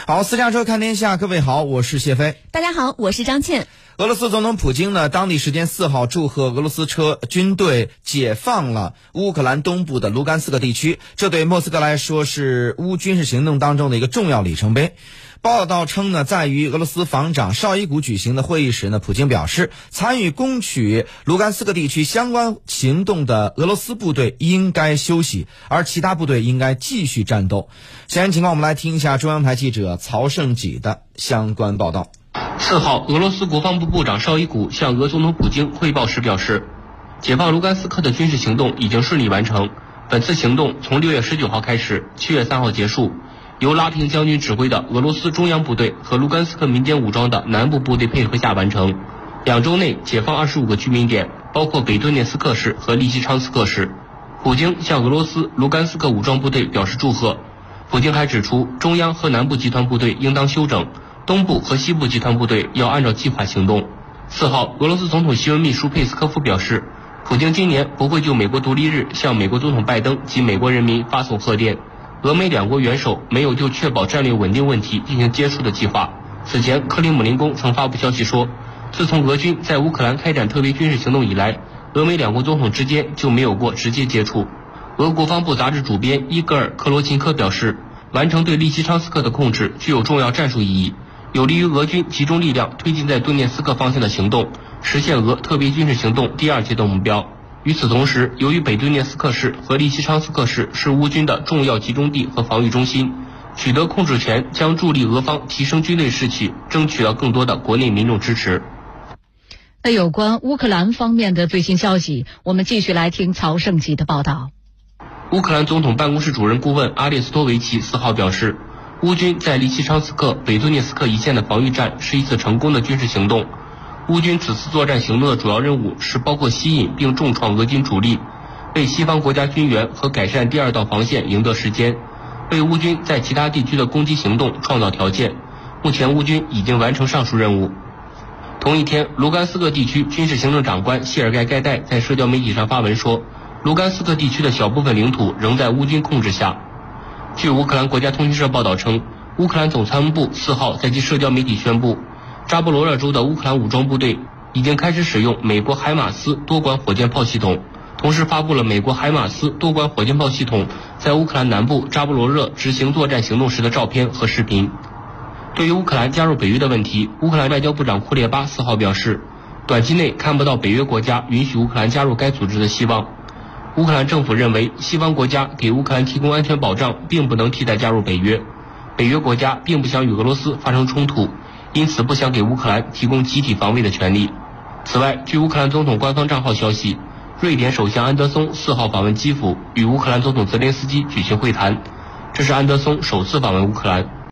好，私家车看天下，各位好，我是谢飞。 大家好，我是张倩。 俄罗斯总统普京呢，当地时间4号祝贺俄罗斯军队解放了乌克兰东部的卢甘斯克地区，这对莫斯科来说是乌军事行动当中的一个重要里程碑。报道称呢，在与俄罗斯防长绍伊古举行的会议时呢，普京表示，参与攻取卢甘斯克地区相关行动的俄罗斯部队应该休息，而其他部队应该继续战斗。详细情况我们来听一下中央台记者曹胜己的相关报道。 4号，俄罗斯国防部部长绍伊古向俄总统普京汇报时表示，解放卢甘斯克的军事行动已经顺利完成。本次行动从6月19号开始，7月3号结束，由拉平将军指挥的俄罗斯中央部队和卢甘斯克民间武装的南部部队配合下完成。2周内解放25个居民点，包括北顿涅斯克市和利西昌斯克市。普京向俄罗斯卢甘斯克武装部队表示祝贺。普京还指出，中央和南部集团部队应当休整，东部和西部集团部队要按照计划行动。4号，俄罗斯总统新闻秘书佩斯科夫表示，普京今年不会就美国独立日向美国总统拜登及美国人民发送贺电。俄美两国元首没有就确保战略稳定问题进行接触的计划。此前，克里姆林宫曾发布消息说，自从俄军在乌克兰开展特别军事行动以来，俄美两国总统之间就没有过直接接触。俄国防部杂志主编伊戈尔·克罗琴科表示，完成对利西昌斯克的控制具有重要战术意义，有利于俄军集中力量推进在顿涅斯克方向的行动，实现俄特别军事行动第2阶段目标。与此同时，由于北顿涅斯克市和利西昌斯克市是乌军的重要集中地和防御中心，取得控制权将助力俄方提升军队士气，争取到更多的国内民众支持。 那有关乌克兰方面的最新消息，我们继续来听曹胜己的报道。 乌克兰总统办公室主任顾问阿列斯托维奇4号表示，乌军在利西昌斯克、北顿涅斯克一线的防御战是一次成功的军事行动。乌军此次作战行动的主要任务是包括吸引并重创俄军主力，为西方国家军援和改善第2道防线赢得时间，为乌军在其他地区的攻击行动创造条件。目前乌军已经完成上述任务。同一天，卢甘斯克地区军事行政长官谢尔盖盖代在社交媒体上发文说，卢甘斯克地区的小部分领土仍在乌军控制下。据乌克兰国家通讯社报道称，乌克兰总参谋部4号在其社交媒体宣布，扎波罗热州的乌克兰武装部队已经开始使用美国海马斯多管火箭炮系统，同时发布了美国海马斯多管火箭炮系统在乌克兰南部扎波罗热执行作战行动时的照片和视频。对于乌克兰加入北约的问题，乌克兰外交部长库列巴4号表示，短期内看不到北约国家允许乌克兰加入该组织的希望。乌克兰政府认为，西方国家给乌克兰提供安全保障并不能替代加入北约，北约国家并不想与俄罗斯发生冲突，因此不想给乌克兰提供集体防卫的权利。此外，据乌克兰总统官方账号消息，瑞典首相安德松4号访问基辅，与乌克兰总统泽连斯基举行会谈，这是安德松首次访问乌克兰。